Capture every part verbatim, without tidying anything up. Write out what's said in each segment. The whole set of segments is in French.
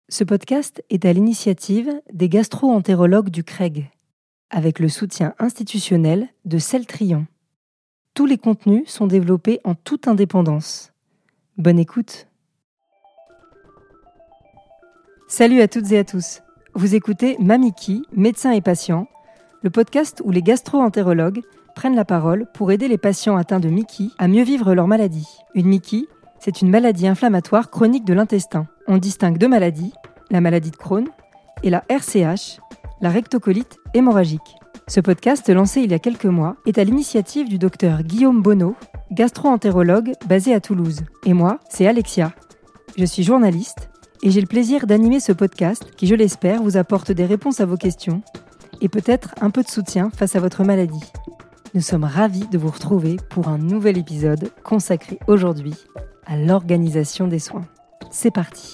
Ce podcast est à l'initiative des gastro-entérologues du C R E G, avec le soutien institutionnel de Celtrion. Tous les contenus sont développés en toute indépendance. Bonne écoute. Salut à toutes et à tous. Vous écoutez Mamiki, médecin et patient, le podcast où les gastro-entérologues prennent la parole pour aider les patients atteints de M I C I à mieux vivre leur maladie. Une M I C I, c'est une maladie inflammatoire chronique de l'intestin. On distingue deux maladies, la maladie de Crohn et la R C H, la rectocolite hémorragique. Ce podcast, lancé il y a quelques mois, est à l'initiative du docteur Guillaume Bonneau, gastro-entérologue basé à Toulouse. Et moi, c'est Alexia. Je suis journaliste et j'ai le plaisir d'animer ce podcast qui, je l'espère, vous apporte des réponses à vos questions et peut-être un peu de soutien face à votre maladie. Nous sommes ravis de vous retrouver pour un nouvel épisode consacré aujourd'hui à l'organisation des soins. C'est parti.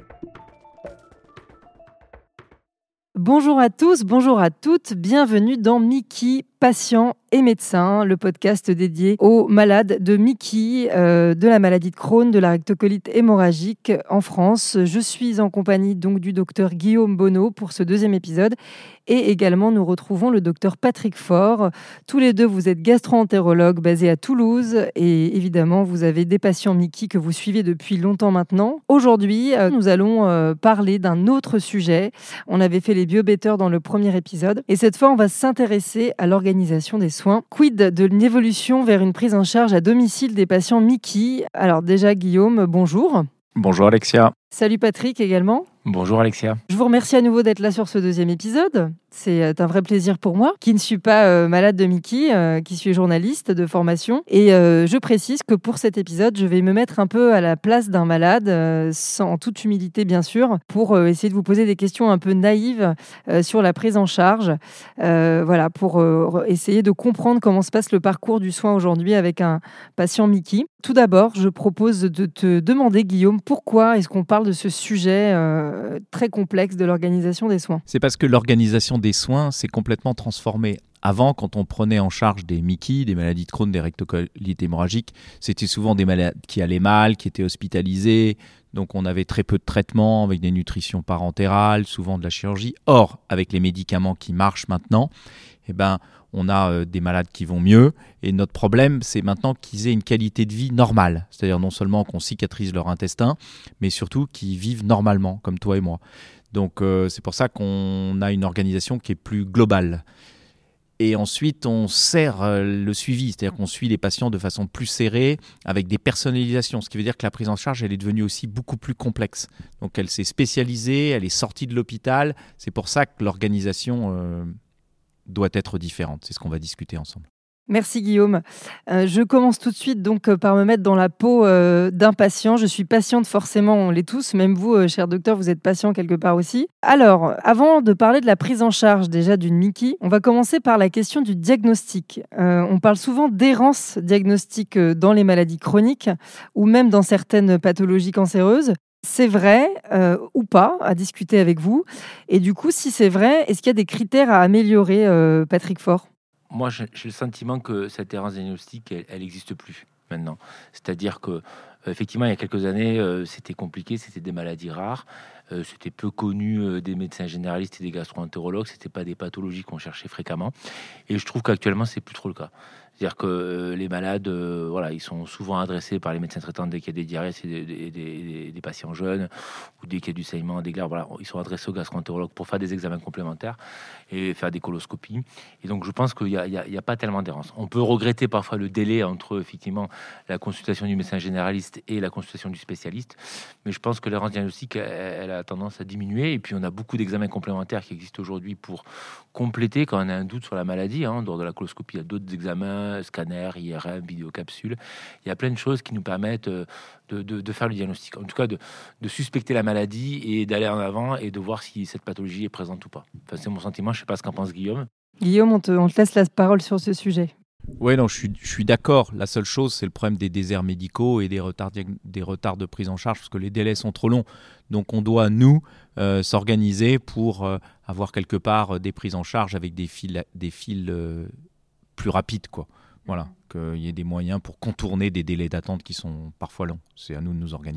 Bonjour à tous, bonjour à toutes, bienvenue dans Miki, patient et médecin, le podcast dédié aux malades de M I C I, euh, de la maladie de Crohn, de la rectocolite hémorragique en France. Je suis en compagnie donc du docteur Guillaume Bonneau pour ce deuxième épisode et également nous retrouvons le docteur Patrick Faure. Tous les deux, vous êtes gastro-entérologues basés à Toulouse et évidemment, vous avez des patients M I C I que vous suivez depuis longtemps maintenant. Aujourd'hui, euh, nous allons euh, parler d'un autre sujet. On avait fait les biobetters dans le premier épisode et cette fois, on va s'intéresser à l'organisation des soins. Quid de l'évolution vers une prise en charge à domicile des patients M I C I? Alors déjà, Guillaume, bonjour. Bonjour Alexia. Salut Patrick également. Bonjour Alexia. Je vous remercie à nouveau d'être là sur ce deuxième épisode. C'est un vrai plaisir pour moi, qui ne suis pas euh, malade de M I C I, euh, qui suis journaliste de formation. Et euh, je précise que pour cet épisode, je vais me mettre un peu à la place d'un malade, euh, sans, en toute humilité bien sûr, pour euh, essayer de vous poser des questions un peu naïves euh, sur la prise en charge. Euh, voilà, pour euh, essayer de comprendre comment se passe le parcours du soin aujourd'hui avec un patient M I C I. Tout d'abord, je propose de te demander, Guillaume, pourquoi est-ce qu'on parle de ce sujet euh, très complexe de l'organisation des soins? C'est parce que l'organisation des soins s'est complètement transformée. Avant, quand on prenait en charge des M I C I, des maladies de Crohn, des rectocolites hémorragiques, c'était souvent des malades qui allaient mal, qui étaient hospitalisés. Donc on avait très peu de traitements avec des nutritions parentérales, souvent de la chirurgie. Or, avec les médicaments qui marchent maintenant, eh ben, on a euh, des malades qui vont mieux. Et notre problème, c'est maintenant qu'ils aient une qualité de vie normale. C'est-à-dire non seulement qu'on cicatrise leur intestin, mais surtout qu'ils vivent normalement, comme toi et moi. Donc euh, c'est pour ça qu'on a une organisation qui est plus globale. Et ensuite, on serre le suivi, c'est-à-dire qu'on suit les patients de façon plus serrée, avec des personnalisations, ce qui veut dire que la prise en charge, elle est devenue aussi beaucoup plus complexe. Donc elle s'est spécialisée, elle est sortie de l'hôpital. C'est pour ça que l'organisation euh, doit être différente. C'est ce qu'on va discuter ensemble. Merci Guillaume. Euh, je commence tout de suite donc euh, par me mettre dans la peau euh, d'un patient. Je suis patiente forcément, on l'est tous. Même vous, euh, cher docteur, vous êtes patient quelque part aussi. Alors, avant de parler de la prise en charge déjà d'une M I C I, on va commencer par la question du diagnostic. Euh, on parle souvent d'errance diagnostique dans les maladies chroniques ou même dans certaines pathologies cancéreuses. C'est vrai euh, ou pas, à discuter avec vous. Et du coup, si c'est vrai, est-ce qu'il y a des critères à améliorer, euh, Patrick Faure? Moi, j'ai le sentiment que cette errance diagnostique, elle n'existe plus maintenant. C'est-à-dire que, euh, effectivement, il y a quelques années, euh, c'était compliqué, c'était des maladies rares, euh, c'était peu connu euh, des médecins généralistes et des gastro-entérologues, c'était pas des pathologies qu'on cherchait fréquemment. Et je trouve qu'actuellement, c'est plus trop le cas. C'est-à-dire que euh, les malades, euh, voilà, ils sont souvent adressés par les médecins traitants dès qu'il y a des diarrhées, c'est des, des, des, des patients jeunes, ou dès qu'il y a du saignement, des glaires, voilà, ils sont adressés aux gastro-entérologues pour faire des examens complémentaires et faire des coloscopies. Et donc, je pense qu'il n'y a, a, a pas tellement d'errance. On peut regretter parfois le délai entre, effectivement, la consultation du médecin généraliste et la consultation du spécialiste, mais je pense que l'errance diagnostique, elle, elle a tendance à diminuer. Et puis, on a beaucoup d'examens complémentaires qui existent aujourd'hui pour compléter quand on a un doute sur la maladie. Hein, en dehors de la coloscopie, il y a d'autres examens, scanner, I R M, vidéocapsule. Il y a plein de choses qui nous permettent de, de, de faire le diagnostic. En tout cas, de, de suspecter la maladie et d'aller en avant et de voir si cette pathologie est présente ou pas. Enfin, c'est mon sentiment. Je ne sais pas ce qu'en pense Guillaume. Guillaume, on te, on te laisse la parole sur ce sujet. Oui, non, je suis, je suis d'accord. La seule chose, c'est le problème des déserts médicaux et des retards, des retards de prise en charge, parce que les délais sont trop longs. Donc, on doit, nous, euh, s'organiser pour euh, avoir quelque part euh, des prises en charge avec des fils, des fils euh, plus rapides, quoi. Voilà, qu'il y ait des moyens pour contourner des délais d'attente qui sont parfois longs. C'est à nous de nous organiser.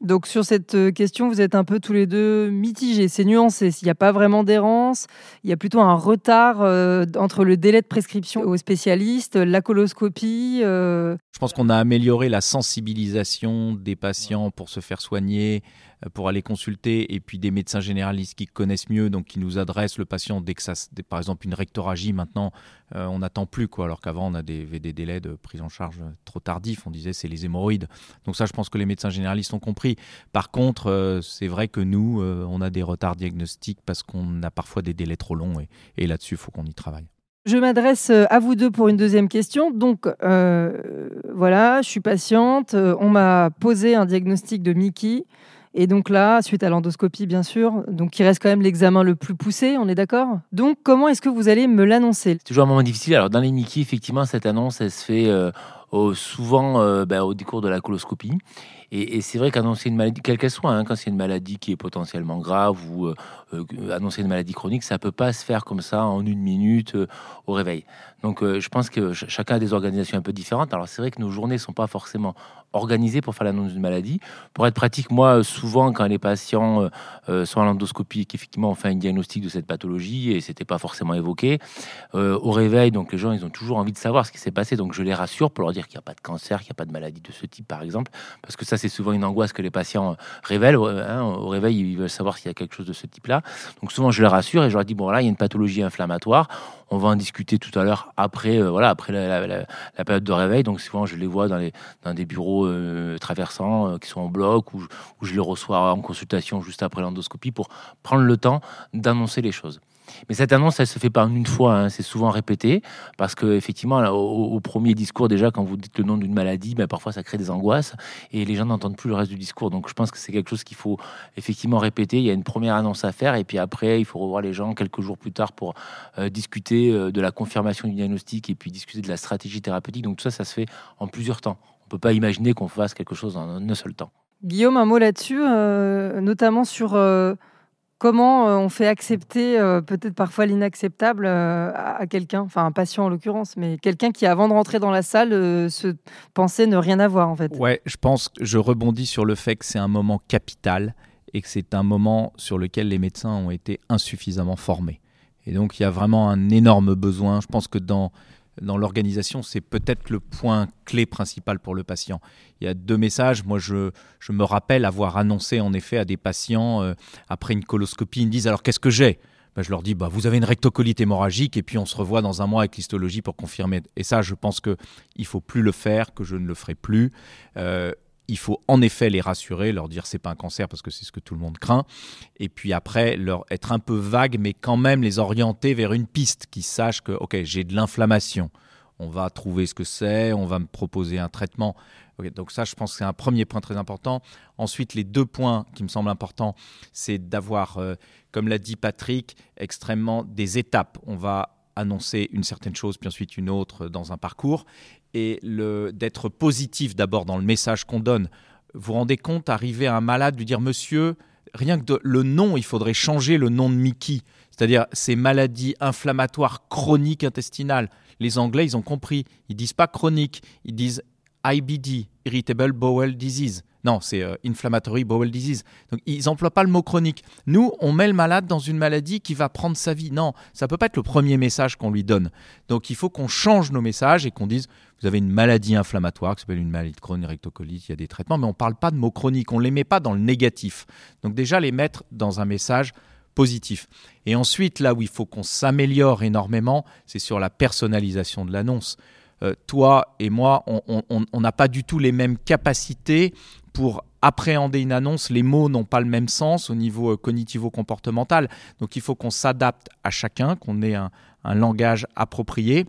Donc sur cette question, vous êtes un peu tous les deux mitigés. C'est nuancé. Il n'y a pas vraiment d'errance. Il y a plutôt un retard euh, entre le délai de prescription aux spécialistes, la coloscopie. Euh... Je pense qu'on a amélioré la sensibilisation des patients pour se faire soigner, pour aller consulter, et puis des médecins généralistes qui connaissent mieux, donc qui nous adressent le patient dès que ça, par exemple une rectoragie. Maintenant, euh, on n'attend plus, quoi, alors qu'avant on a des, des délais de prise en charge trop tardifs. On disait c'est les hémorroïdes. Donc ça, je pense que les médecins généralistes ont compris. Par contre, euh, c'est vrai que nous, euh, on a des retards diagnostiques parce qu'on a parfois des délais trop longs, et, et là-dessus, il faut qu'on y travaille. Je m'adresse à vous deux pour une deuxième question. Donc, euh, voilà, je suis patiente. On m'a posé un diagnostic de Mickey. Et donc là, suite à l'endoscopie, bien sûr, donc il reste quand même l'examen le plus poussé, on est d'accord ? Donc, comment est-ce que vous allez me l'annoncer ? C'est toujours un moment difficile. Alors, dans les Mickey, effectivement, cette annonce, elle se fait euh, au, souvent euh, ben, au décours de la coloscopie. Et, et c'est vrai qu'annoncer une maladie, quelle qu'elle soit, hein, quand c'est une maladie qui est potentiellement grave ou euh, euh, annoncer une maladie chronique, ça peut pas se faire comme ça en une minute euh, au réveil. Donc, euh, je pense que ch- chacun a des organisations un peu différentes. Alors, c'est vrai que nos journées sont pas forcément organisées pour faire l'annonce d'une maladie. Pour être pratique, moi, souvent, quand les patients euh, sont à l'endoscopie et qu'effectivement on fait un diagnostic de cette pathologie et c'était pas forcément évoqué, euh, au réveil, donc les gens, ils ont toujours envie de savoir ce qui s'est passé. Donc, je les rassure pour leur dire qu'il n'y a pas de cancer, qu'il n'y a pas de maladie de ce type, par exemple, parce que ça, c'est souvent une angoisse que les patients révèlent. Hein, au réveil, ils veulent savoir s'il y a quelque chose de ce type-là. Donc souvent, je les rassure et je leur dis, bon, là, il y a une pathologie inflammatoire. On va en discuter tout à l'heure après, euh, voilà, après la, la, la, la période de réveil. Donc souvent, je les vois dans, les, dans des bureaux euh, traversants euh, qui sont en bloc ou où je les reçois en consultation juste après l'endoscopie pour prendre le temps d'annoncer les choses. Mais cette annonce, elle se fait pas en une fois, hein, c'est souvent répété, parce que effectivement, là, au, au premier discours, déjà, quand vous dites le nom d'une maladie, ben, parfois ça crée des angoisses, et les gens n'entendent plus le reste du discours. Donc je pense que c'est quelque chose qu'il faut effectivement répéter. Il y a une première annonce à faire, et puis après, il faut revoir les gens quelques jours plus tard pour euh, discuter euh, de la confirmation du diagnostic, et puis discuter de la stratégie thérapeutique. Donc tout ça, ça se fait en plusieurs temps. On peut pas imaginer qu'on fasse quelque chose en un seul temps. Guillaume, un mot là-dessus, euh, notamment sur... Euh... Comment on fait accepter euh, peut-être parfois l'inacceptable euh, à, à quelqu'un, enfin un patient en l'occurrence, mais quelqu'un qui avant de rentrer dans la salle euh, se pensait ne rien avoir en fait. Ouais, je pense que je rebondis sur le fait que c'est un moment capital et que c'est un moment sur lequel les médecins ont été insuffisamment formés. Et donc il y a vraiment un énorme besoin. Je pense que dans Dans l'organisation, c'est peut-être le point clé principal pour le patient. Il y a deux messages. Moi, je, je me rappelle avoir annoncé en effet à des patients, euh, après une coloscopie, ils me disent « Alors, qu'est-ce que j'ai ?» Ben, je leur dis bah, « Vous avez une rectocolite hémorragique et puis on se revoit dans un mois avec l'histologie pour confirmer. » Et ça, je pense qu'il ne faut plus le faire, que je ne le ferai plus. Euh, Il faut en effet les rassurer, leur dire c'est pas un cancer parce que c'est ce que tout le monde craint. Et puis après, leur être un peu vague, mais quand même les orienter vers une piste, qu'ils sachent que ok, j'ai de l'inflammation. On va trouver ce que c'est, on va me proposer un traitement. Okay, donc ça, je pense que c'est un premier point très important. Ensuite, les deux points qui me semblent importants, c'est d'avoir, euh, comme l'a dit Patrick, extrêmement des étapes. On va annoncer une certaine chose, puis ensuite une autre dans un parcours. Et le, d'être positif d'abord dans le message qu'on donne. Vous vous rendez compte, arriver à un malade, lui dire « Monsieur, rien que de, le nom, il faudrait changer le nom de Mickey. » C'est-à-dire ces maladies inflammatoires chroniques intestinales. Les Anglais, ils ont compris. Ils ne disent pas chronique, ils disent I B D, Irritable Bowel Disease. Non, c'est euh, Inflammatory Bowel Disease. Donc, ils n'emploient pas le mot chronique. Nous, on met le malade dans une maladie qui va prendre sa vie. Non, ça ne peut pas être le premier message qu'on lui donne. Donc, il faut qu'on change nos messages et qu'on dise vous avez une maladie inflammatoire qui s'appelle une maladie de Crohn, une rectocolite, il y a des traitements, mais on ne parle pas de mots chroniques. On ne les met pas dans le négatif. Donc, déjà, les mettre dans un message positif. Et ensuite, là où il faut qu'on s'améliore énormément, c'est sur la personnalisation de l'annonce. Euh, toi et moi, on n'a pas du tout les mêmes capacités pour appréhender une annonce. Les mots n'ont pas le même sens au niveau euh, cognitivo-comportemental. Donc, il faut qu'on s'adapte à chacun, qu'on ait un, un langage approprié.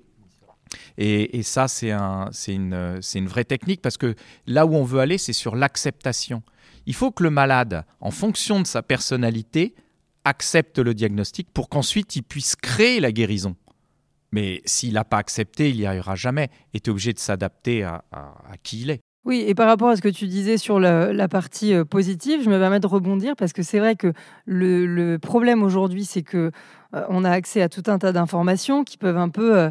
Et, et ça, c'est, un, c'est, une, c'est une vraie technique parce que là où on veut aller, c'est sur l'acceptation. Il faut que le malade, en fonction de sa personnalité, accepte le diagnostic pour qu'ensuite il puisse créer la guérison. Mais s'il n'a pas accepté, il n'y arrivera jamais. Et tu es obligé de s'adapter à, à, à qui il est. Oui, et par rapport à ce que tu disais sur la, la partie euh, positive, je me permets de rebondir parce que c'est vrai que le, le problème aujourd'hui, c'est que euh, on a accès à tout un tas d'informations qui peuvent un peu... Euh,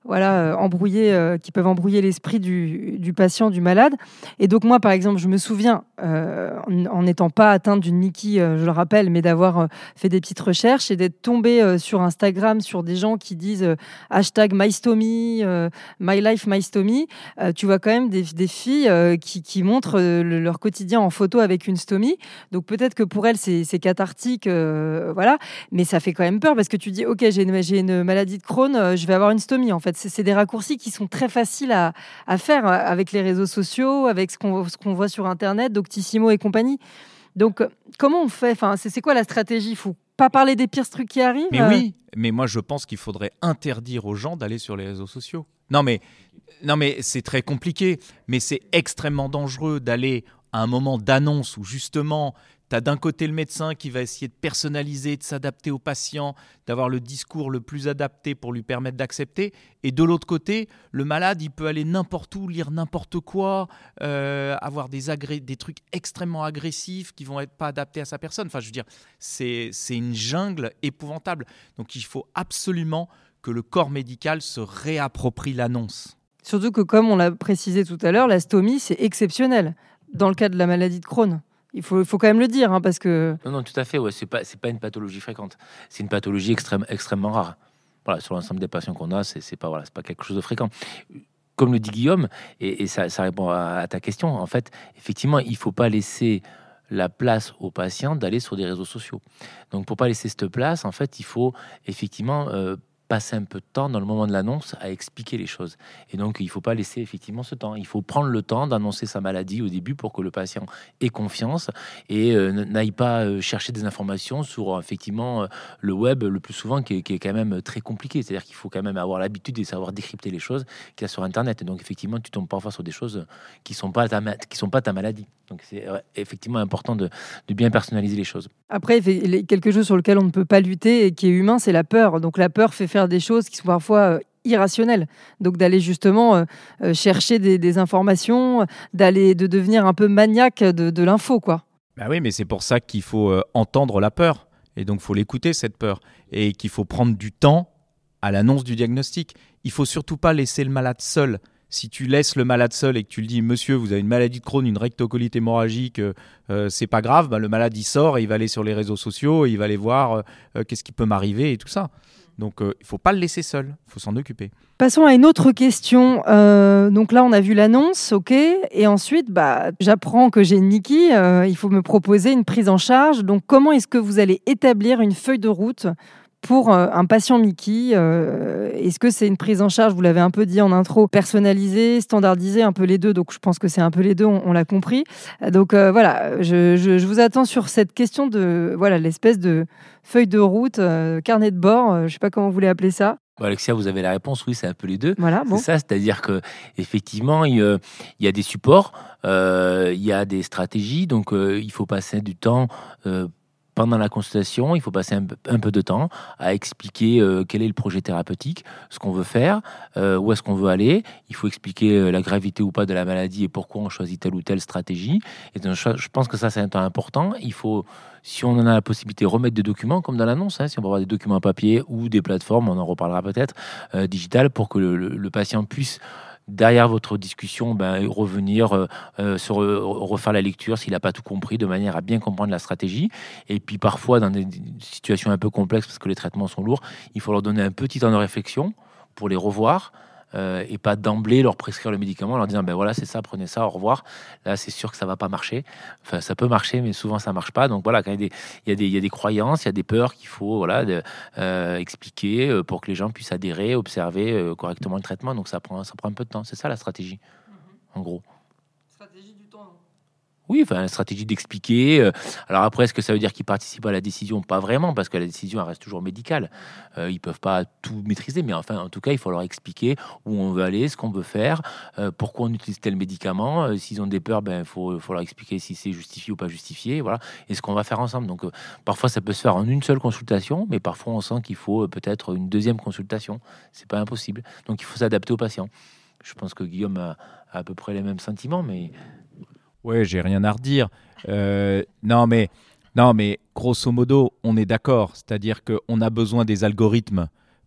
voilà, euh, embrouiller, euh, qui peuvent embrouiller l'esprit du, du patient, du malade. Et donc moi, par exemple, je me souviens, euh, en n'étant pas atteinte d'une Mickey, euh, je le rappelle, mais d'avoir euh, fait des petites recherches et d'être tombée euh, sur Instagram sur des gens qui disent euh, hashtag MyStomie, euh, My Life MyStomie. Euh, tu vois quand même des, des filles euh, qui, qui montrent euh, le, leur quotidien en photo avec une stomie. Donc peut-être que pour elles, c'est, c'est cathartique, euh, voilà. Mais ça fait quand même peur parce que tu dis, ok, j'ai une, j'ai une maladie de Crohn, euh, je vais avoir une stomie. En fait, c'est, c'est des raccourcis qui sont très faciles à, à faire euh, avec les réseaux sociaux, avec ce qu'on, ce qu'on voit sur Internet, Doctissimo et compagnie. Donc, euh, comment on fait? Enfin, c'est, c'est quoi la stratégie? Il faut pas parler des pires trucs qui arrivent? Mais oui, mais moi je pense qu'il faudrait interdire aux gens d'aller sur les réseaux sociaux. Non mais, non mais c'est très compliqué, mais c'est extrêmement dangereux d'aller à un moment d'annonce où justement tu as d'un côté le médecin qui va essayer de personnaliser, de s'adapter au patient, d'avoir le discours le plus adapté pour lui permettre d'accepter. Et de l'autre côté, le malade, il peut aller n'importe où, lire n'importe quoi, euh, avoir des, agré- des trucs extrêmement agressifs qui vont être pas adaptés à sa personne. Enfin, je veux dire, c'est, c'est une jungle épouvantable. Donc, il faut absolument que le corps médical se réapproprie l'annonce. Surtout que, comme on l'a précisé tout à l'heure, la stomie, c'est exceptionnel dans le cas de la maladie de Crohn. Il faut, il faut quand même le dire, hein, parce que... Non, non, tout à fait. Ouais, c'est pas, c'est pas une pathologie fréquente. C'est une pathologie extrême, extrêmement rare. Voilà, sur l'ensemble des patients qu'on a, c'est, c'est pas, voilà, c'est pas quelque chose de fréquent. Comme le dit Guillaume, et, et ça, ça répond à, à ta question. En fait, effectivement, il faut pas laisser la place aux patients d'aller sur des réseaux sociaux. Donc, pour pas laisser cette place, en fait, il faut effectivement euh, passer un peu de temps dans le moment de l'annonce à expliquer les choses. Et donc, il ne faut pas laisser effectivement ce temps. Il faut prendre le temps d'annoncer sa maladie au début pour que le patient ait confiance et euh, n'aille pas euh, chercher des informations sur effectivement euh, le web, le plus souvent, qui est, qui est quand même très compliqué. C'est-à-dire qu'il faut quand même avoir l'habitude de savoir décrypter les choses qu'il y a sur Internet. Et donc, effectivement, tu tombes parfois sur des choses qui ne sont pas ta, qui sont pas ta maladie. Donc, c'est ouais, effectivement important de, de bien personnaliser les choses. Après, quelque chose sur lequel on ne peut pas lutter et qui est humain, c'est la peur. Donc, la peur fait faire des choses qui sont parfois euh, irrationnelles. Donc, d'aller justement euh, euh, chercher des, des informations, d'aller de devenir un peu maniaque de, de l'info, quoi. Bah oui, mais c'est pour ça qu'il faut euh, entendre la peur. Et donc, il faut l'écouter, cette peur. Et qu'il faut prendre du temps à l'annonce du diagnostic. Il ne faut surtout pas laisser le malade seul. Si tu laisses le malade seul et que tu lui dis « Monsieur, vous avez une maladie de Crohn, une rectocolite hémorragique, euh, euh, c'est pas grave bah, », le malade, il sort et il va aller sur les réseaux sociaux et il va aller voir euh, qu'est-ce qui peut m'arriver et tout ça. Donc, euh, il ne faut pas le laisser seul, il faut s'en occuper. Passons à une autre question. Euh, donc là, on a vu l'annonce, ok. Et ensuite, bah, j'apprends que j'ai une Mickey. Euh, il faut me proposer une prise en charge. Donc, comment est-ce que vous allez établir une feuille de route pour euh, un patient Mickey? euh, Est-ce que c'est une prise en charge, vous l'avez un peu dit en intro, personnalisée, standardisée, un peu les deux? Donc, je pense que c'est un peu les deux, on, on l'a compris. Donc, euh, voilà, je, je, je vous attends sur cette question de, voilà, l'espèce de feuille de route, euh, carnet de bord, euh, je ne sais pas comment vous voulez appeler ça. Bon, Alexia, vous avez la réponse. Oui, c'est un peu les deux. Voilà, bon. C'est ça, c'est-à-dire que effectivement, il, euh, il y a des supports, euh, il y a des stratégies. Donc, euh, il faut passer du temps euh, pendant la consultation. Il faut passer un, un peu de temps à expliquer euh, quel est le projet thérapeutique, ce qu'on veut faire, euh, où est-ce qu'on veut aller. Il faut expliquer euh, la gravité ou pas de la maladie et pourquoi on choisit telle ou telle stratégie. Et donc, je, je pense que ça, c'est un temps important. Il faut, si on en a la possibilité, remettre des documents comme dans l'annonce, hein, si on peut avoir des documents papier ou des plateformes, on en reparlera peut-être, euh, digitales, pour que le, le, le patient puisse, derrière votre discussion, ben, revenir, euh, euh, se re, refaire la lecture s'il n'a pas tout compris, de manière à bien comprendre la stratégie. Et puis parfois, dans des, des situations un peu complexes, parce que les traitements sont lourds, il faut leur donner un petit temps de réflexion pour les revoir. Euh, et pas d'emblée leur prescrire le médicament en leur disant ben voilà, c'est ça, prenez ça, au revoir. Là, c'est sûr que ça va pas marcher. Enfin, ça peut marcher, mais souvent ça marche pas. Donc voilà, quand il y a des, il y a des, il y a des croyances, il y a des peurs qu'il faut voilà de, euh, expliquer euh, pour que les gens puissent adhérer, observer euh, correctement le traitement. Donc ça prend, ça prend un peu de temps. C'est ça la stratégie, mm-hmm. en gros. Stratégie du temps. Oui, enfin, la stratégie d'expliquer. Euh, alors après, est-ce que ça veut dire qu'ils participent à la décision? Pas vraiment, parce que la décision, elle reste toujours médicale. Euh, ils peuvent pas tout maîtriser, mais enfin, en tout cas, il faut leur expliquer où on veut aller, ce qu'on veut faire, euh, pourquoi on utilise tel médicament. Euh, s'ils ont des peurs, ben, faut, faut leur expliquer si c'est justifié ou pas justifié, voilà, et ce qu'on va faire ensemble. Donc, euh, parfois, ça peut se faire en une seule consultation, mais parfois, on sent qu'il faut euh, peut-être une deuxième consultation. C'est pas impossible. Donc, il faut s'adapter au patient. Je pense que Guillaume a, a à peu près les mêmes sentiments, mais... Ouais, j'ai rien à redire. Euh, non, mais, non, mais grosso modo, on est d'accord. C'est-à-dire qu'on a besoin des algorithmes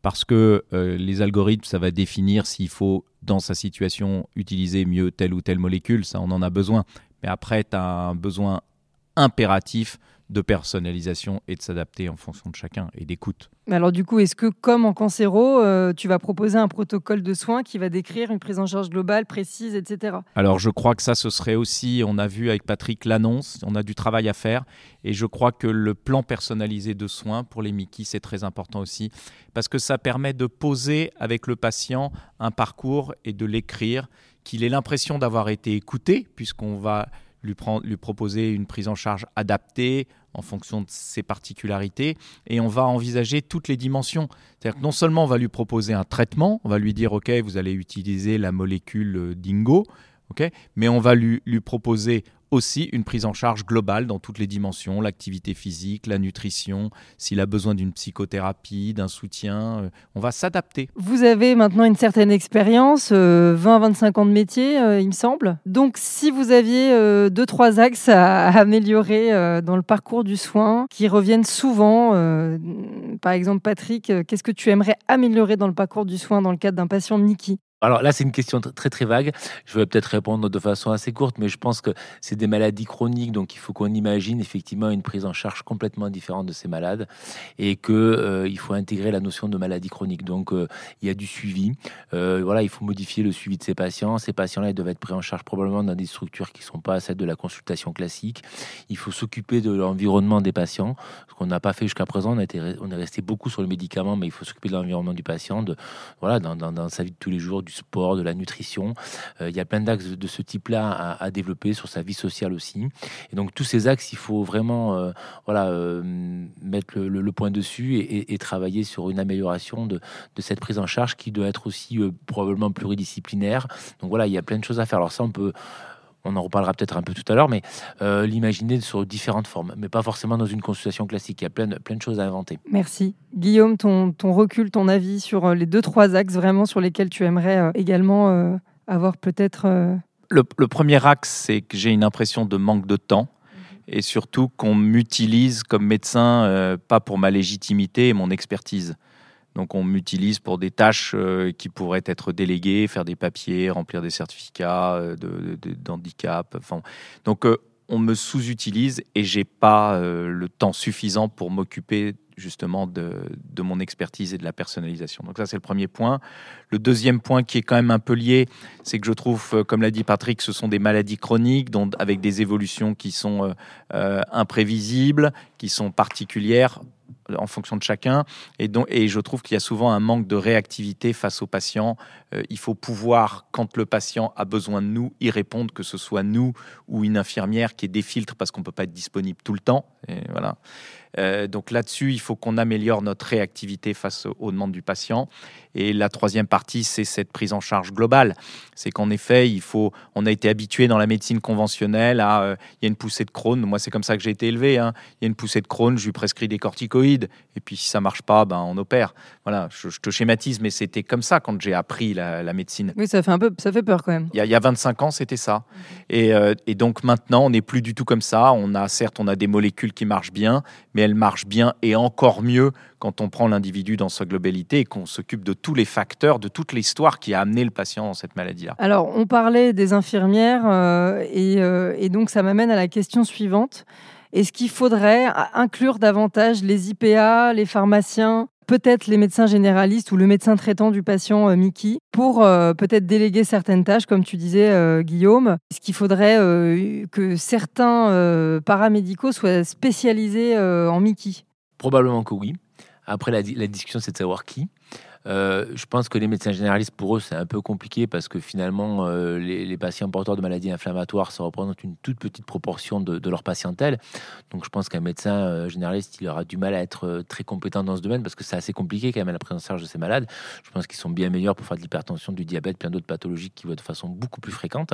parce que euh, les algorithmes, ça va définir s'il faut, dans sa situation, utiliser mieux telle ou telle molécule. Ça, on en a besoin. Mais après, tu as un besoin impératif de personnalisation et de s'adapter en fonction de chacun et d'écoute. Alors du coup, est-ce que comme en cancéro, euh, tu vas proposer un protocole de soins qui va décrire une prise en charge globale, précise, et cetera. Alors je crois que ça, ce serait aussi, on a vu avec Patrick l'annonce, on a du travail à faire et je crois que le plan personnalisé de soins pour les Mickey, c'est très important aussi parce que ça permet de poser avec le patient un parcours et de l'écrire, qu'il ait l'impression d'avoir été écouté puisqu'on va lui, prendre, lui proposer une prise en charge adaptée en fonction de ses particularités et on va envisager toutes les dimensions. C'est-à-dire que non seulement on va lui proposer un traitement, on va lui dire « Ok, vous allez utiliser la molécule Dingo okay », mais on va lui, lui proposer aussi une prise en charge globale dans toutes les dimensions, l'activité physique, la nutrition, s'il a besoin d'une psychothérapie, d'un soutien, euh, on va s'adapter. Vous avez maintenant une certaine expérience, euh, vingt à vingt-cinq ans de métier, euh, il me semble. Donc, si vous aviez euh, deux, trois axes à, à améliorer euh, dans le parcours du soin, qui reviennent souvent, euh, par exemple, Patrick, euh, qu'est-ce que tu aimerais améliorer dans le parcours du soin dans le cadre d'un patient Mickey ? Alors là, c'est une question très très vague. Je vais peut-être répondre de façon assez courte, mais je pense que c'est des maladies chroniques, donc il faut qu'on imagine effectivement une prise en charge complètement différente de ces malades et que euh, il faut intégrer la notion de maladie chronique. Donc euh, il y a du suivi. Euh, voilà, il faut modifier le suivi de ces patients. Ces patients-là, ils doivent être pris en charge probablement dans des structures qui ne sont pas celles de la consultation classique. Il faut s'occuper de l'environnement des patients, ce qu'on n'a pas fait jusqu'à présent. On, a été, on est resté beaucoup sur le médicament, mais il faut s'occuper de l'environnement du patient, de voilà, dans, dans, dans sa vie de tous les jours. Du sport, de la nutrition. Euh, il y a plein d'axes de ce type-là à, à développer sur sa vie sociale aussi. Et donc, tous ces axes, il faut vraiment euh, voilà, euh, mettre le, le, le point dessus et, et, et travailler sur une amélioration de, de cette prise en charge qui doit être aussi euh, probablement pluridisciplinaire. Donc, voilà, il y a plein de choses à faire. Alors ça, on peut... On en reparlera peut-être un peu tout à l'heure, mais euh, l'imaginer sur différentes formes, mais pas forcément dans une consultation classique. Il y a plein de, plein de choses à inventer. Merci. Guillaume, ton, ton recul, ton avis sur les deux, trois axes vraiment sur lesquels tu aimerais euh, également euh, avoir peut-être... Euh... Le, le premier axe, c'est que j'ai une impression de manque de temps et surtout qu'on m'utilise comme médecin, euh, pas pour ma légitimité et mon expertise. Donc, on m'utilise pour des tâches euh, qui pourraient être déléguées, faire des papiers, remplir des certificats euh, de, de, d'handicap. Enfin, donc, euh, on me sous-utilise et j'ai pas euh, le temps suffisant pour m'occuper justement de, de mon expertise et de la personnalisation. Donc ça, c'est le premier point. Le deuxième point qui est quand même un peu lié, c'est que je trouve, comme l'a dit Patrick, ce sont des maladies chroniques dont, avec des évolutions qui sont euh, euh, imprévisibles, qui sont particulières en fonction de chacun. Et, donc, et je trouve qu'il y a souvent un manque de réactivité face aux patients. Euh, il faut pouvoir, quand le patient a besoin de nous, y répondre, que ce soit nous ou une infirmière qui ait des filtres parce qu'on ne peut pas être disponible tout le temps. Et voilà. Euh, donc là-dessus, il faut qu'on améliore notre réactivité face aux, aux demandes du patient. Et la troisième partie, c'est cette prise en charge globale. C'est qu'en effet, il faut, on a été habitué dans la médecine conventionnelle à, euh, il y a une poussée de Crohn. Moi, c'est comme ça que j'ai été élevé. Hein. Il y a une poussée de Crohn, je lui prescris des corticoïdes. Et puis, si ça marche pas, ben, on opère. Voilà, je, je te schématise, mais c'était comme ça quand j'ai appris la, la médecine. Oui, ça fait un peu, ça fait peur quand même. Il y a, il y a vingt-cinq ans, c'était ça. Mmh. Et, euh, et donc maintenant, on n'est plus du tout comme ça. On a, certes, on a des molécules qui marchent bien, mais elles marchent bien et encore mieux quand on prend l'individu dans sa globalité et qu'on s'occupe de tous les facteurs, de toute l'histoire qui a amené le patient dans cette maladie-là. Alors, on parlait des infirmières euh, et, euh, et donc ça m'amène à la question suivante. Est-ce qu'il faudrait inclure davantage les I P A, les pharmaciens, peut-être les médecins généralistes ou le médecin traitant du patient euh, Mickey pour euh, peut-être déléguer certaines tâches, comme tu disais, euh, Guillaume? Est-ce qu'il faudrait euh, que certains euh, paramédicaux soient spécialisés euh, en Mickey? Probablement que oui. Après, la, la discussion, c'est de savoir qui. Euh, je pense que les médecins généralistes, pour eux, c'est un peu compliqué parce que finalement, euh, les, les patients porteurs de maladies inflammatoires, ça représente une toute petite proportion de, de leur patientèle. Donc, je pense qu'un médecin euh, généraliste, il aura du mal à être euh, très compétent dans ce domaine parce que c'est assez compliqué quand même la prise en charge de ces malades. Je pense qu'ils sont bien meilleurs pour faire de l'hypertension, du diabète, plein d'autres pathologies qui vont de façon beaucoup plus fréquente.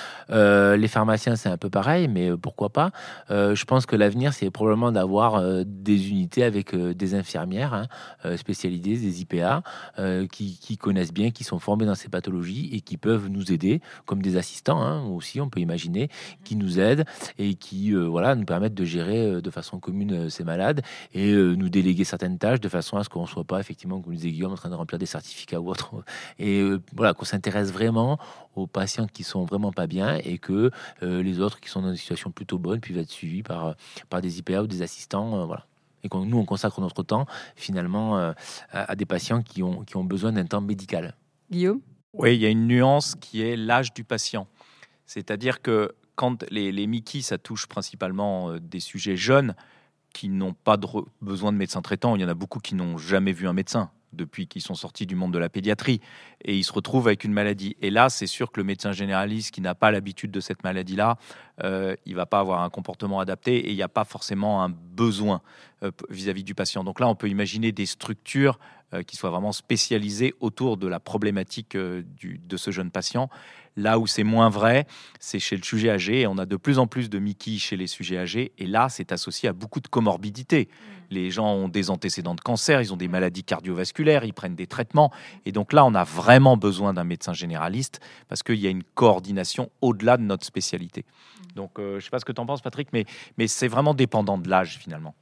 Euh, les pharmaciens, c'est un peu pareil, mais euh, pourquoi pas. Euh, je pense que l'avenir, c'est probablement d'avoir euh, des unités avec euh, des infirmières hein, euh, spécialisées, des I P A. euh, qui, qui connaissent bien, qui sont formés dans ces pathologies et qui peuvent nous aider, comme des assistants hein, aussi, on peut imaginer, qui nous aident et qui euh, voilà, nous permettent de gérer euh, de façon commune euh, ces malades et euh, nous déléguer certaines tâches de façon à ce qu'on ne soit pas, effectivement, comme disait Guillaume, en train de remplir des certificats ou autre. Et euh, voilà, qu'on s'intéresse vraiment aux patients qui sont vraiment pas bien et que euh, les autres qui sont dans des situations plutôt bonnes peuvent être suivis par, par des I P A ou des assistants. Euh, voilà. Et que nous, on consacre notre temps, finalement, euh, à, à des patients qui ont, qui ont besoin d'un temps médical. Guillaume ? Oui, il y a une nuance qui est l'âge du patient. C'est-à-dire que quand les, les M I C I, ça touche principalement euh, des sujets jeunes qui n'ont pas de re- besoin de médecin traitant. Il y en a beaucoup qui n'ont jamais vu un médecin depuis qu'ils sont sortis du monde de la pédiatrie et ils se retrouvent avec une maladie. Et là, c'est sûr que le médecin généraliste qui n'a pas l'habitude de cette maladie-là, euh, il ne va pas avoir un comportement adapté et il n'y a pas forcément un besoin euh, vis-à-vis du patient. Donc là, on peut imaginer des structures euh, qui soient vraiment spécialisées autour de la problématique euh, du, de ce jeune patient. Là où c'est moins vrai, c'est chez le sujet âgé. Et on a de plus en plus de M I C I chez les sujets âgés. Et là, c'est associé à beaucoup de comorbidités. Les gens ont des antécédents de cancer, ils ont des maladies cardiovasculaires, ils prennent des traitements. Et donc là, on a vraiment besoin d'un médecin généraliste parce qu'il y a une coordination au-delà de notre spécialité. Donc, euh, je ne sais pas ce que tu en penses, Patrick, mais, mais c'est vraiment dépendant de l'âge, finalement.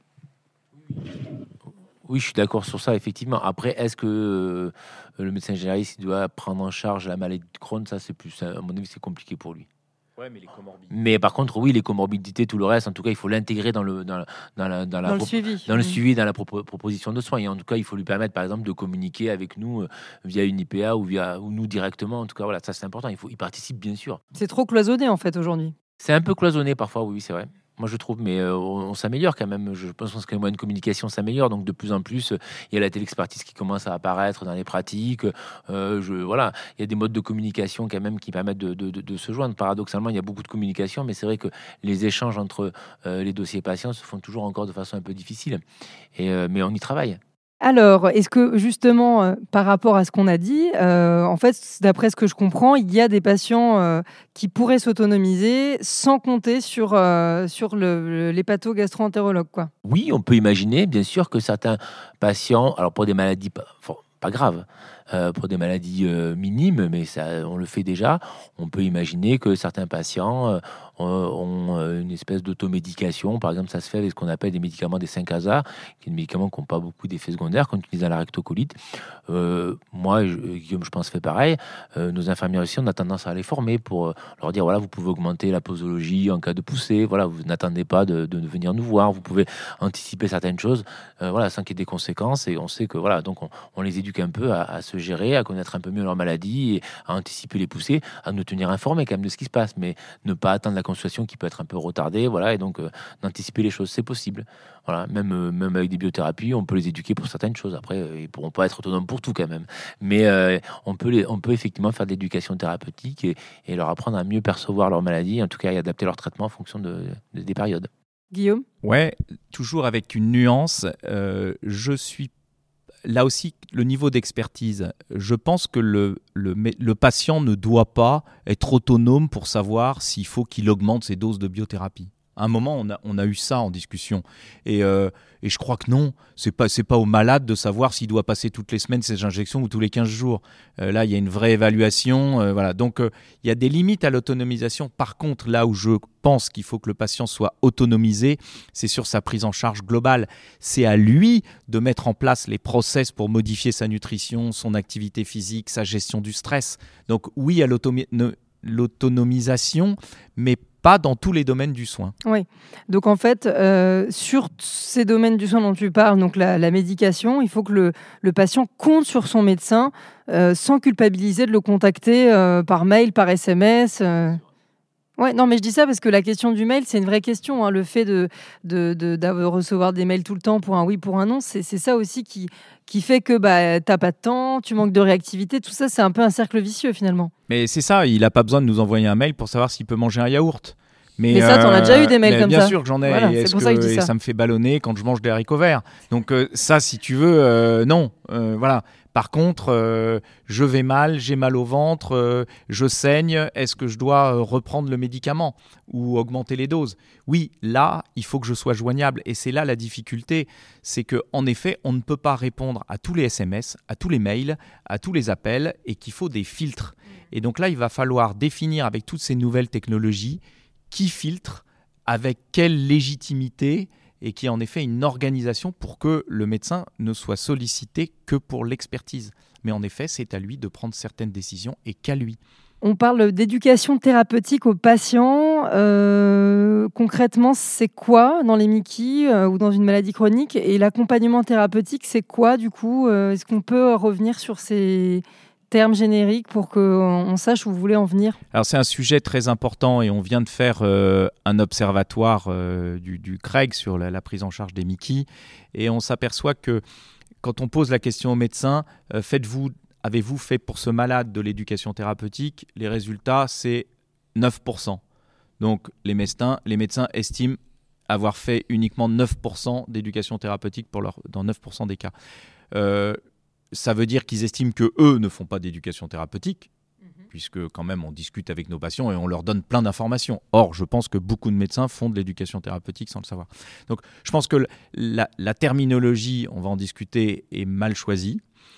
Oui, je suis d'accord sur ça, effectivement. Après, est-ce que euh, le médecin généraliste il doit prendre en charge la maladie de Crohn? Ça, c'est plus, à mon avis, c'est compliqué pour lui. Ouais, mais les comorbidités. Mais par contre, oui, les comorbidités, tout le reste, en tout cas, il faut l'intégrer dans le, dans, la- dans, la, dans, la Dans le pro- suivi. dans le Mmh. suivi, dans la propo- proposition de soins. Et en tout cas, il faut lui permettre, par exemple, de communiquer avec nous euh, via une I P A ou via ou nous directement. En tout cas, voilà, ça c'est important. Il faut, il participe bien sûr. C'est trop cloisonné en fait aujourd'hui. C'est un peu cloisonné parfois, oui, c'est vrai. Moi, je trouve, mais euh, on, on s'améliore quand même. Je pense que les moyens de communication s'améliorent. Donc, de plus en plus, euh, il y a la télexpertise qui commence à apparaître dans les pratiques. Euh, je, voilà, il y a des modes de communication quand même qui permettent de, de- de- de se joindre. Paradoxalement, il y a beaucoup de communication, mais c'est vrai que les échanges entre euh, les dossiers patients se font toujours encore de façon un peu difficile. Et, euh, mais on y travaille. Alors, est-ce que justement, euh, par rapport à ce qu'on a dit, euh, en fait, d'après ce que je comprends, il y a des patients euh, qui pourraient s'autonomiser sans compter sur, euh, sur le, le- l'hépato-gastro-entérologue, quoi. Oui, on peut imaginer, bien sûr, que certains patients, alors pour des maladies pas, enfin, pas graves, euh, pour des maladies euh, minimes, mais ça, on le fait déjà, on peut imaginer que certains patients euh, ont, ont, euh, une espèce d'automédication. Par exemple, ça se fait avec ce qu'on appelle des médicaments des cinq ASA, qui sont des médicaments qui n'ont pas beaucoup d'effets secondaires, qu'on utilise à la rectocolite. Euh, moi, je, Guillaume, je pense, fait pareil. Euh, nos infirmières aussi, on a tendance à les former pour euh, leur dire, voilà, vous pouvez augmenter la posologie en cas de poussée, voilà, vous n'attendez pas de, de venir nous voir, vous pouvez anticiper certaines choses, euh, voilà, sans qu'il y ait des conséquences. Et on sait que, voilà, donc on, on les éduque un peu à, à se gérer, à connaître un peu mieux leur maladie et à anticiper les poussées, à nous tenir informés quand même de ce qui se passe, mais ne pas attendre la consultation qui peut être un peu retardée, voilà, et donc euh, d'anticiper les choses, c'est possible. Voilà, même, euh, même avec des biothérapies, on peut les éduquer pour certaines choses. Après, euh, ils pourront pas être autonomes pour tout quand même, mais euh, on peut les, on peut effectivement faire de l'éducation thérapeutique et, et leur apprendre à mieux percevoir leur maladie, en tout cas, et adapter leur traitement en fonction de, de- des périodes. Guillaume ? Ouais, toujours avec une nuance. Euh, je suis là aussi le niveau d'expertise. Je pense que le, le, le patient ne doit pas être autonome pour savoir s'il faut qu'il augmente ses doses de biothérapie. À un moment, on a, on a eu ça en discussion. Et, euh, et je crois que non, ce n'est pas, c'est pas au malade de savoir s'il doit passer toutes les semaines ces injections ou tous les quinze jours. Euh, là, il y a une vraie évaluation. Euh, voilà. Donc, euh, il y a des limites à l'autonomisation. Par contre, là où je pense qu'il faut que le patient soit autonomisé, c'est sur sa prise en charge globale. C'est à lui de mettre en place les process pour modifier sa nutrition, son activité physique, sa gestion du stress. Donc, oui à l'automi- l'autonomisation, mais pas dans tous les domaines du soin. Oui. Donc en fait, euh, sur t- ces domaines du soin dont tu parles, donc la, la médication, il faut que le, le patient compte sur son médecin euh, sans culpabiliser de le contacter euh, par mail, par S M S. Euh... Ouais, non, mais je dis ça parce que la question du mail, c'est une vraie question. Hein. Le fait de, de, de, de recevoir des mails tout le temps pour un oui, pour un non, c'est, c'est ça aussi qui, qui fait que bah, tu n'as pas de temps, tu manques de réactivité. Tout ça, c'est un peu un cercle vicieux finalement. Mais c'est ça, il n'a pas besoin de nous envoyer un mail pour savoir s'il peut manger un yaourt. Mais, mais ça, t'en as déjà eu des mails comme bien ça. Bien sûr que j'en ai. Voilà, et c'est pour que, ça que je dis et ça. ça me fait ballonner quand je mange des haricots verts. Donc euh, ça, si tu veux, euh, non. Euh, voilà. Par contre, euh, je vais mal, j'ai mal au ventre, euh, je saigne. Est-ce que je dois euh, reprendre le médicament ou augmenter les doses ? Oui, là, il faut que je sois joignable. Et c'est là la difficulté. C'est qu'en effet, on ne peut pas répondre à tous les S M S, à tous les mails, à tous les appels et qu'il faut des filtres. Et donc là, il va falloir définir avec toutes ces nouvelles technologies qui filtre, avec quelle légitimité et qui est en effet une organisation pour que le médecin ne soit sollicité que pour l'expertise. Mais en effet, c'est à lui de prendre certaines décisions et qu'à lui. On parle d'éducation thérapeutique aux patients. Euh, concrètement, c'est quoi dans les M I C I euh, ou dans une maladie chronique ? Et l'accompagnement thérapeutique, c'est quoi du coup ? euh, Est-ce qu'on peut revenir sur ces termes génériques pour qu'on sache où vous voulez en venir ? Alors c'est un sujet très important et on vient de faire euh, un observatoire euh, du, du C R E G sur la, la prise en charge des M I C I et on s'aperçoit que quand on pose la question aux médecins, euh, faites-vous, avez-vous fait pour ce malade de l'éducation thérapeutique ? Les résultats, c'est neuf pour cent. Donc les médecins, les médecins estiment avoir fait uniquement neuf pour cent d'éducation thérapeutique pour leur, dans neuf pour cent des cas. Euh, Ça veut dire qu'ils estiment qu'eux ne font pas d'éducation thérapeutique, mmh. puisque quand même on discute avec nos patients et on leur donne plein d'informations. Or, je pense que beaucoup de médecins font de l'éducation thérapeutique sans le savoir. Donc, je pense que la, la terminologie, on va en discuter, est mal choisie.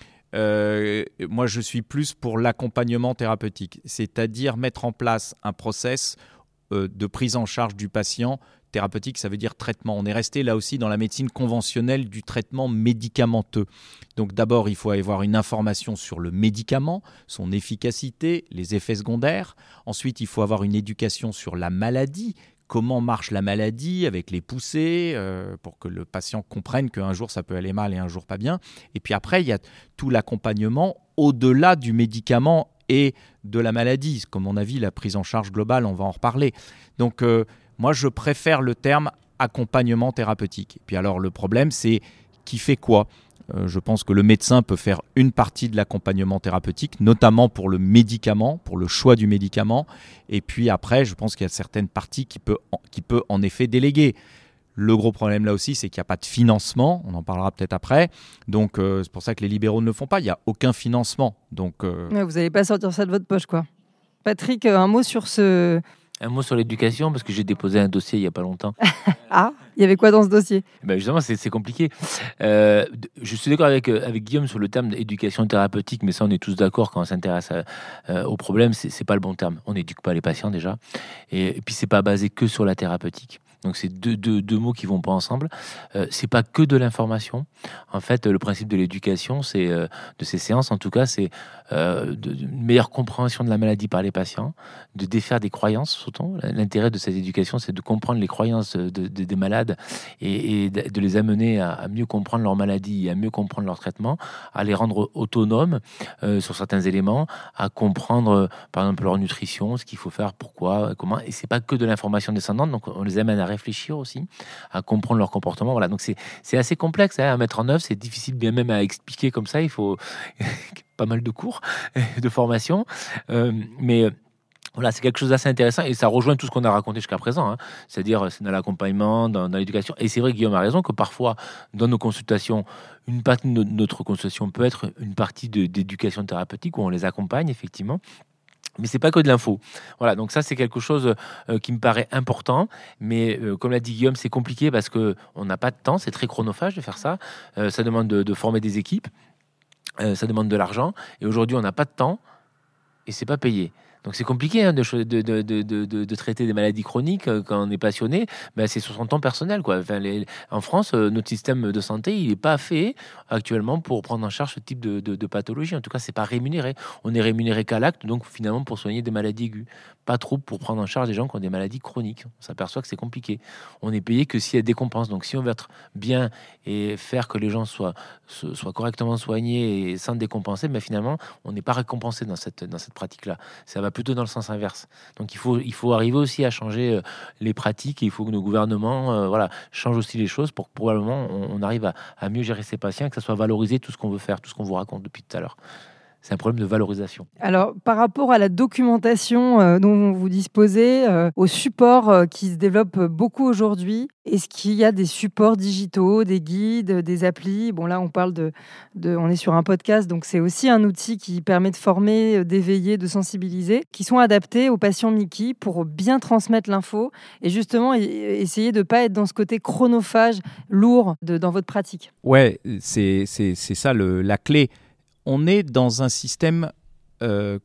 Euh, moi, je suis plus pour l'accompagnement thérapeutique, c'est-à-dire mettre en place un process euh, de prise en charge du patient. Thérapeutique, ça veut dire traitement. On est resté là aussi dans la médecine conventionnelle du traitement médicamenteux. Donc d'abord, il faut avoir une information sur le médicament, son efficacité, les effets secondaires. Ensuite, il faut avoir une éducation sur la maladie. Comment marche la maladie avec les poussées euh, pour que le patient comprenne qu'un jour ça peut aller mal et un jour pas bien. Et puis après, il y a tout l'accompagnement au-delà du médicament et de la maladie. Comme on a vu, la prise en charge globale, on va en reparler. Donc euh, moi, je préfère le terme accompagnement thérapeutique. Et puis alors, le problème, c'est qui fait quoi ? euh, Je pense que le médecin peut faire une partie de l'accompagnement thérapeutique, notamment pour le médicament, pour le choix du médicament. Et puis après, je pense qu'il y a certaines parties qu'il peut, qu'il peut en effet déléguer. Le gros problème là aussi, c'est qu'il n'y a pas de financement. On en parlera peut-être après. Donc, euh, c'est pour ça que les libéraux ne le font pas. Il n'y a aucun financement. Donc, euh... ouais, vous n'allez pas sortir ça de votre poche, quoi. Patrick, un mot sur ce... Un mot sur l'éducation, parce que j'ai déposé un dossier il n'y a pas longtemps. Ah, il y avait quoi dans ce dossier ? Ben justement, c'est, c'est compliqué. Euh, je suis d'accord avec, avec Guillaume sur le terme d'éducation thérapeutique, mais ça, on est tous d'accord quand on s'intéresse à, euh, au problème, c'est, c'est pas le bon terme. On n'éduque pas les patients déjà. Et, et puis, c'est pas basé que sur la thérapeutique. Donc, c'est deux, deux, deux mots qui vont pas ensemble. Euh, c'est pas que de l'information. En fait, le principe de l'éducation, c'est euh, de ces séances, en tout cas, c'est euh, de, de, une meilleure compréhension de la maladie par les patients, de défaire des croyances, surtout. L'intérêt de cette éducation, c'est de comprendre les croyances de, de, des malades et, et de les amener à, à mieux comprendre leur maladie, à mieux comprendre leur traitement, à les rendre autonomes euh, sur certains éléments, à comprendre, euh, par exemple, leur nutrition, ce qu'il faut faire, pourquoi, comment. Et c'est pas que de l'information descendante, donc on les amène à réfléchir aussi, à comprendre leur comportement. Voilà, donc c'est, c'est assez complexe hein, à mettre en œuvre, c'est difficile bien même à expliquer comme ça, il faut pas mal de cours, de formation, euh, mais voilà, c'est quelque chose d'assez intéressant et ça rejoint tout ce qu'on a raconté jusqu'à présent, hein. C'est-à-dire c'est dans l'accompagnement, dans, dans l'éducation. Et c'est vrai, Guillaume a raison, que parfois, dans nos consultations, une partie de notre consultation peut être une partie de, d'éducation thérapeutique où on les accompagne, effectivement. Mais c'est pas que de l'info. Voilà, donc ça c'est quelque chose euh, qui me paraît important, mais euh, comme l'a dit Guillaume, c'est compliqué parce que on n'a pas de temps, c'est très chronophage de faire ça. Euh, ça demande de, de former des équipes, euh, ça demande de l'argent, et aujourd'hui on n'a pas de temps et c'est pas payé. Donc c'est compliqué hein, de, de, de, de, de, de traiter des maladies chroniques euh, quand on est passionné. Ben, c'est sur son temps personnel, quoi. Enfin, les, en France, euh, notre système de santé, il n'est pas fait actuellement pour prendre en charge ce type de, de, de pathologie. En tout cas, c'est pas rémunéré. On est rémunéré qu'à l'acte, donc finalement pour soigner des maladies aiguës. Pas trop pour prendre en charge des gens qui ont des maladies chroniques. On s'aperçoit que c'est compliqué. On est payé que s'il y a des compenses. Donc si on veut être bien et faire que les gens soient, soient correctement soignés et sans décompenser, ben, finalement, on n'est pas récompensé dans cette, dans cette pratique-là. Ça va plutôt dans le sens inverse. Donc il faut, il faut arriver aussi à changer euh, les pratiques et il faut que nos gouvernements euh, voilà, changent aussi les choses pour que probablement on, on arrive à, à mieux gérer ces patients et que ça soit valorisé tout ce qu'on veut faire, tout ce qu'on vous raconte depuis tout à l'heure. C'est un problème de valorisation. Alors, par rapport à la documentation euh, dont vous disposez, euh, aux supports euh, qui se développent beaucoup aujourd'hui, est-ce qu'il y a des supports digitaux, des guides, des applis ? Bon, là, on parle de, de, on est sur un podcast, donc c'est aussi un outil qui permet de former, d'éveiller, de sensibiliser, qui sont adaptés aux patients Mickey pour bien transmettre l'info et justement essayer de ne pas être dans ce côté chronophage, lourd de, dans votre pratique. Ouais, c'est, c'est, c'est ça le, la clé. On est dans un système euh,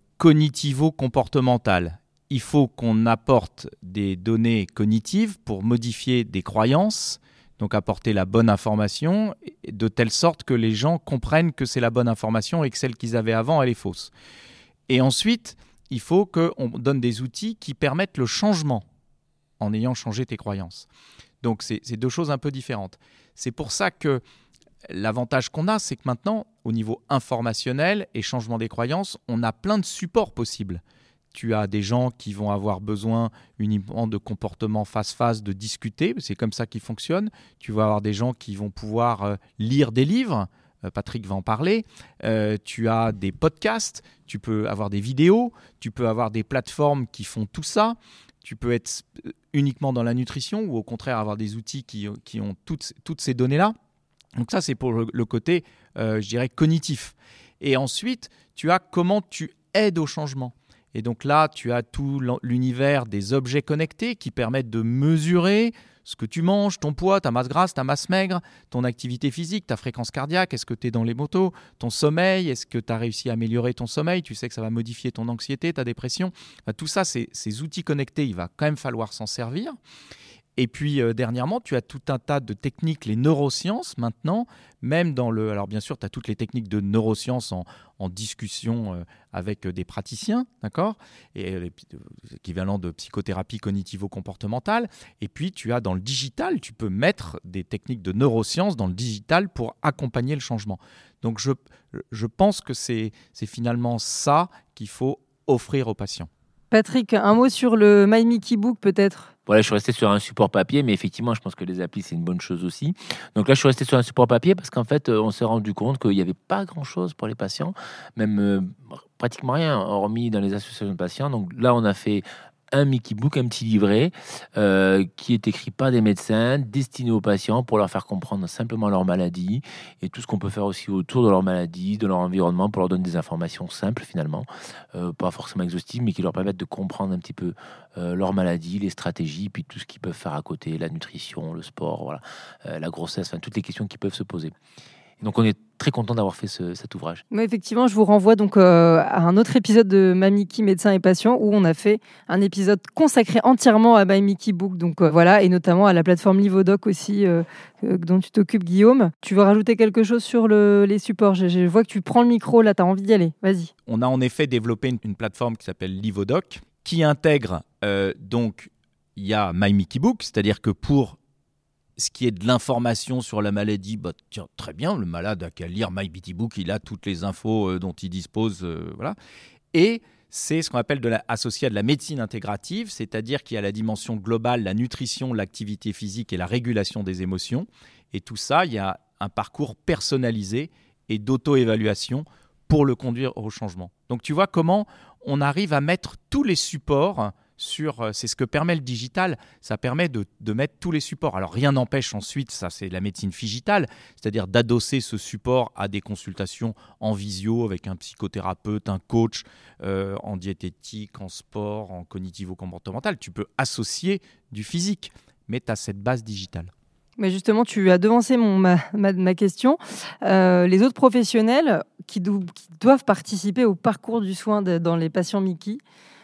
cognitivo-comportemental. Il faut qu'on apporte des données cognitives pour modifier des croyances, donc apporter la bonne information, de telle sorte que les gens comprennent que c'est la bonne information et que celle qu'ils avaient avant, elle est fausse. Et ensuite, il faut qu'on donne des outils qui permettent le changement en ayant changé tes croyances. Donc, c'est, c'est deux choses un peu différentes. C'est pour ça que l'avantage qu'on a, c'est que maintenant, au niveau informationnel et changement des croyances, on a plein de supports possibles. Tu as des gens qui vont avoir besoin uniquement de comportements face-face, de discuter, c'est comme ça qu'ils fonctionnent. Tu vas avoir des gens qui vont pouvoir euh, lire des livres, euh, Patrick va en parler. Euh, tu as des podcasts, tu peux avoir des vidéos, tu peux avoir des plateformes qui font tout ça. Tu peux être uniquement dans la nutrition ou au contraire avoir des outils qui, qui ont toutes, toutes ces données-là. Donc ça, c'est pour le, le côté, euh, je dirais, cognitif. Et ensuite, tu as comment tu aides au changement. Et donc là, tu as tout l'univers des objets connectés qui permettent de mesurer ce que tu manges, ton poids, ta masse grasse, ta masse maigre, ton activité physique, ta fréquence cardiaque, est-ce que tu es dans les motos, ton sommeil, est-ce que tu as réussi à améliorer ton sommeil, tu sais que ça va modifier ton anxiété, ta dépression. Enfin, tout ça, c'est, ces outils connectés, il va quand même falloir s'en servir. Et puis, euh, dernièrement, tu as tout un tas de techniques, les neurosciences maintenant, même dans le... Alors, bien sûr, tu as toutes les techniques de neurosciences en, en discussion euh, avec des praticiens, d'accord ? Et euh, l'équivalent de psychothérapie cognitivo-comportementale. Et puis, tu as dans le digital, tu peux mettre des techniques de neurosciences dans le digital pour accompagner le changement. Donc, je, je pense que c'est, c'est finalement ça qu'il faut offrir aux patients. Patrick, un mot sur le My Mickey Book peut-être ? Voilà, je suis resté sur un support papier, mais effectivement, je pense que les applis, c'est une bonne chose aussi. Donc là, je suis resté sur un support papier parce qu'en fait, on s'est rendu compte qu'il n'y avait pas grand-chose pour les patients, même euh, pratiquement rien, hormis dans les associations de patients. Donc là, on a fait un Mickey Book, un petit livret euh, qui est écrit par des médecins, destiné aux patients pour leur faire comprendre simplement leur maladie et tout ce qu'on peut faire aussi autour de leur maladie, de leur environnement, pour leur donner des informations simples finalement, euh, pas forcément exhaustives, mais qui leur permettent de comprendre un petit peu euh, leur maladie, les stratégies, puis tout ce qu'ils peuvent faire à côté, la nutrition, le sport, voilà, euh, la grossesse, enfin toutes les questions qui peuvent se poser. Donc on est très content d'avoir fait ce, cet ouvrage. Oui, effectivement, je vous renvoie donc euh, à un autre épisode de My Mickey médecin et patient où on a fait un épisode consacré entièrement à My Mickey Book, donc euh, voilà, et notamment à la plateforme Livodoc aussi euh, euh, dont tu t'occupes, Guillaume. Tu veux rajouter quelque chose sur le, les supports ? je, je vois que tu prends le micro là, tu as envie d'y aller. Vas-y. On a en effet développé une, une plateforme qui s'appelle Livodoc qui intègre euh, donc il y a My Mickey Book, c'est-à-dire que pour ce qui est de l'information sur la maladie, bah, tiens, très bien, le malade a qu'à lire My Mickey Book, il a toutes les infos euh, dont il dispose. Euh, voilà. Et c'est ce qu'on appelle de la, associé à de la médecine intégrative, c'est-à-dire qu'il y a la dimension globale, la nutrition, l'activité physique et la régulation des émotions. Et tout ça, il y a un parcours personnalisé et d'auto-évaluation pour le conduire au changement. Donc tu vois comment on arrive à mettre tous les supports sur, c'est ce que permet le digital, ça permet de, de mettre tous les supports. Alors rien n'empêche ensuite, ça c'est la médecine digitale, c'est-à-dire d'adosser ce support à des consultations en visio avec un psychothérapeute, un coach euh, en diététique, en sport, en cognitivo-comportemental. Tu peux associer du physique, mais tu as cette base digitale. Mais justement, tu as devancé mon, ma, ma, ma question. Euh, les autres professionnels qui, do, qui doivent participer au parcours du soin de, dans les patients Mickey,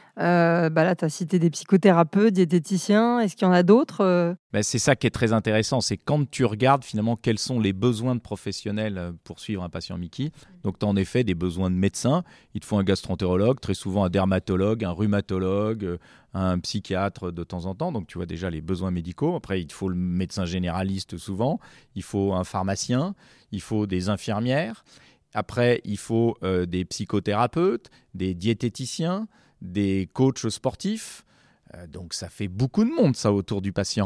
Euh, bah là, tu as cité des psychothérapeutes, diététiciens. Est-ce qu'il y en a d'autres euh... ben, c'est ça qui est très intéressant. C'est quand tu regardes finalement quels sont les besoins de professionnels pour suivre un patient Mickey. Donc, tu as en effet des besoins de médecins. Il te faut un gastroentérologue, très souvent un dermatologue, un rhumatologue, un psychiatre de temps en temps. Donc, tu vois déjà les besoins médicaux. Après, il te faut le médecin généraliste souvent. Il faut un pharmacien. Il faut des infirmières. Après, il faut euh, des psychothérapeutes, des diététiciens, des coachs sportifs, euh, donc ça fait beaucoup de monde ça autour du patient.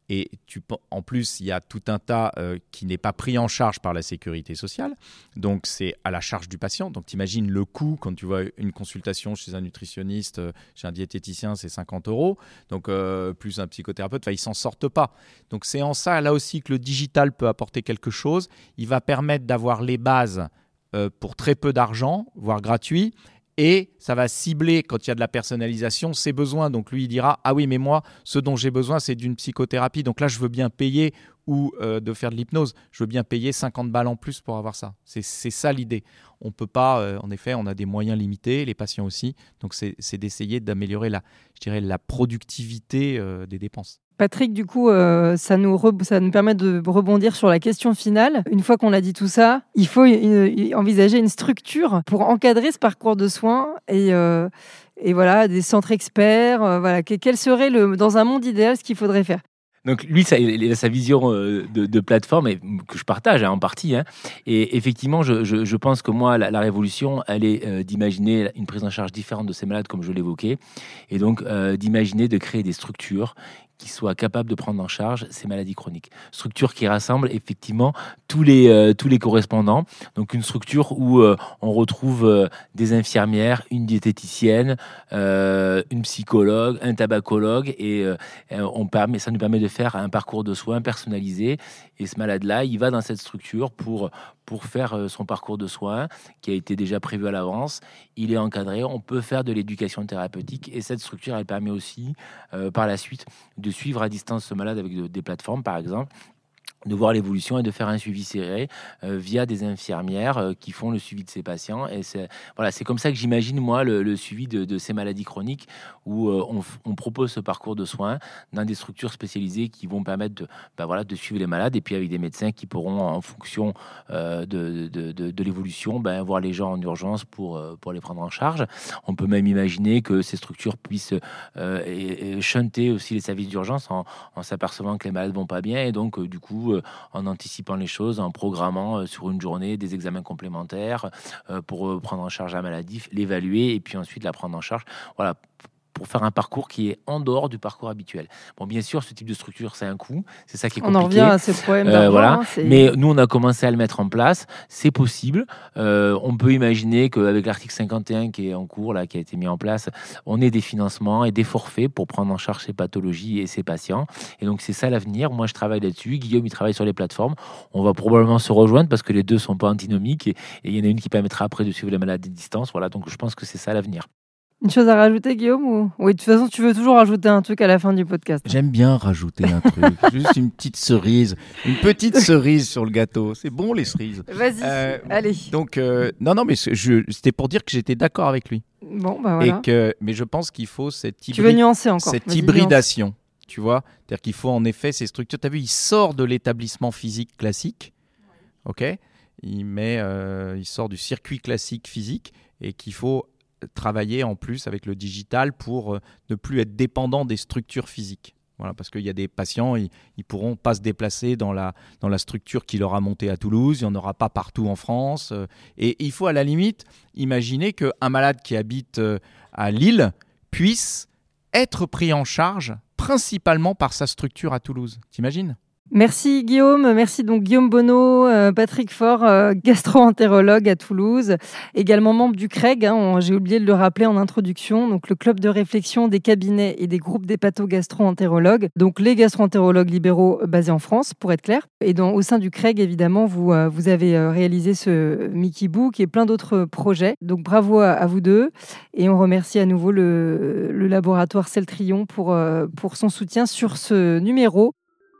Et tu, en plus, il y a tout un tas euh, qui n'est pas pris en charge par la sécurité sociale. Donc, c'est à la charge du patient. Donc, tu imagines le coût quand tu vois une consultation chez un nutritionniste, euh, chez un diététicien, c'est cinquante euros. Donc, euh, plus un psychothérapeute, ils ne s'en sortent pas. Donc, c'est en ça, là aussi, que le digital peut apporter quelque chose. Il va permettre d'avoir les bases euh, pour très peu d'argent, voire gratuit. Et ça va cibler, quand il y a de la personnalisation, ses besoins. Donc lui, il dira « Ah oui, mais moi, ce dont j'ai besoin, c'est d'une psychothérapie. Donc là, je veux bien payer ou euh, de faire de l'hypnose. Je veux bien payer cinquante balles en plus pour avoir ça. » C'est, c'est ça l'idée. On ne peut pas, euh, en effet, on a des moyens limités, les patients aussi. Donc c'est, c'est d'essayer d'améliorer la, je dirais, la productivité euh, des dépenses. Patrick, du coup, euh, ça, nous re- ça nous permet de rebondir sur la question finale. Une fois qu'on a dit tout ça, il faut une, une, envisager une structure pour encadrer ce parcours de soins et, euh, et voilà, des centres experts. Euh, voilà. Quel serait, le, dans un monde idéal, ce qu'il faudrait faire ? Donc lui, ça, il a sa vision de, de plateforme et que je partage hein, en partie. Hein. Et effectivement, je, je, je pense que moi, la, la révolution, elle est euh, d'imaginer une prise en charge différente de ces malades, comme je l'évoquais, et donc euh, d'imaginer de créer des structures qui soient capables de prendre en charge ces maladies chroniques. Structure qui rassemble effectivement tous les, euh, tous les correspondants. Donc une structure où euh, on retrouve euh, des infirmières, une diététicienne, euh, une psychologue, un tabacologue, et euh, on permet, ça nous permet de faire un parcours de soins personnalisé. Et ce malade-là, il va dans cette structure pour, pour faire son parcours de soins qui a été déjà prévu à l'avance. Il est encadré, on peut faire de l'éducation thérapeutique et cette structure, elle permet aussi euh, par la suite de suivre à distance ce malade avec de, des plateformes, par exemple, de voir l'évolution et de faire un suivi serré euh, via des infirmières euh, qui font le suivi de ces patients. Et c'est, voilà, c'est comme ça que j'imagine, moi, le, le suivi de, de ces maladies chroniques où euh, on, on propose ce parcours de soins dans des structures spécialisées qui vont permettre de, ben voilà, de suivre les malades et puis avec des médecins qui pourront, en fonction euh, de, de, de, de l'évolution, ben, voir les gens en urgence pour, euh, pour les prendre en charge. On peut même imaginer que ces structures puissent euh, et, et shunter aussi les services d'urgence en, en s'apercevant que les malades vont pas bien et donc, euh, du coup, en anticipant les choses, en programmant sur une journée des examens complémentaires pour prendre en charge la maladie, l'évaluer et puis ensuite la prendre en charge. Voilà, pour faire un parcours qui est en dehors du parcours habituel. Bon, bien sûr, ce type de structure, c'est un coût, c'est ça qui est compliqué. On en revient à ces problèmes d'argent. Euh, voilà. Hein, c'est... Mais nous, on a commencé à le mettre en place. C'est possible. Euh, on peut imaginer qu'avec l'article cinquante et un qui est en cours, là, qui a été mis en place, on ait des financements et des forfaits pour prendre en charge ces pathologies et ces patients. Et donc, c'est ça l'avenir. Moi, je travaille là-dessus. Guillaume, il travaille sur les plateformes. On va probablement se rejoindre parce que les deux ne sont pas antinomiques. Et il y en a une qui permettra après de suivre les malades à distance. Voilà. Donc, je pense que c'est ça l'avenir. Une chose à rajouter, Guillaume ou... Oui, de toute façon, tu veux toujours rajouter un truc à la fin du podcast. J'aime bien rajouter un truc. Juste une petite cerise. Une petite cerise sur le gâteau. C'est bon, les cerises. Vas-y, euh, allez. Donc, euh, non, non, mais je, c'était pour dire que j'étais d'accord avec lui. Bon, bah voilà. Et que, mais je pense qu'il faut cette, hybrid... tu veux nuancer encore. cette Vas-y, hybridation. nuance. Tu vois ? C'est-à-dire qu'il faut en effet ces structures. Tu as vu, il sort de l'établissement physique classique. OK ? Il, met, euh, il sort du circuit classique physique et qu'il faut travailler en plus avec le digital pour euh, ne plus être dépendant des structures physiques. Voilà, parce qu'il y a des patients, ils ne pourront pas se déplacer dans la, dans la structure qui leur a monté à Toulouse, il n'y en aura pas partout en France. Euh, et il faut à la limite imaginer qu'un malade qui habite euh, à Lille puisse être pris en charge principalement par sa structure à Toulouse. T'imagines ? Merci Guillaume, merci donc Guillaume Bonneau, euh, Patrick Faure, euh, gastro-entérologue à Toulouse, également membre du C R E G, hein, on, j'ai oublié de le rappeler en introduction, donc le club de réflexion des cabinets et des groupes d'hépato-gastro-entérologues, donc les gastro-entérologues libéraux basés en France, pour être clair. Et dans, au sein du C R E G, évidemment, vous, euh, vous avez euh, réalisé ce Mickey Book et plein d'autres projets, donc bravo à, à vous deux, et on remercie à nouveau le, le laboratoire Celtrion pour, euh, pour son soutien sur ce numéro.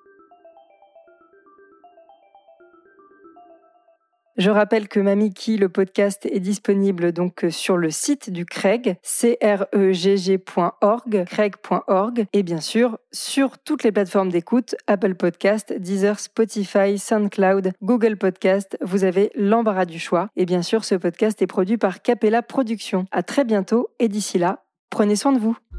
Je rappelle que Mamiki, le podcast, est disponible donc sur le site du C R E G, c r e g g point org, c r e g point org, et bien sûr sur toutes les plateformes d'écoute, Apple Podcast, Deezer, Spotify, SoundCloud, Google Podcast. Vous avez l'embarras du choix. Et bien sûr, ce podcast est produit par Capella Productions. À très bientôt et d'ici là, prenez soin de vous.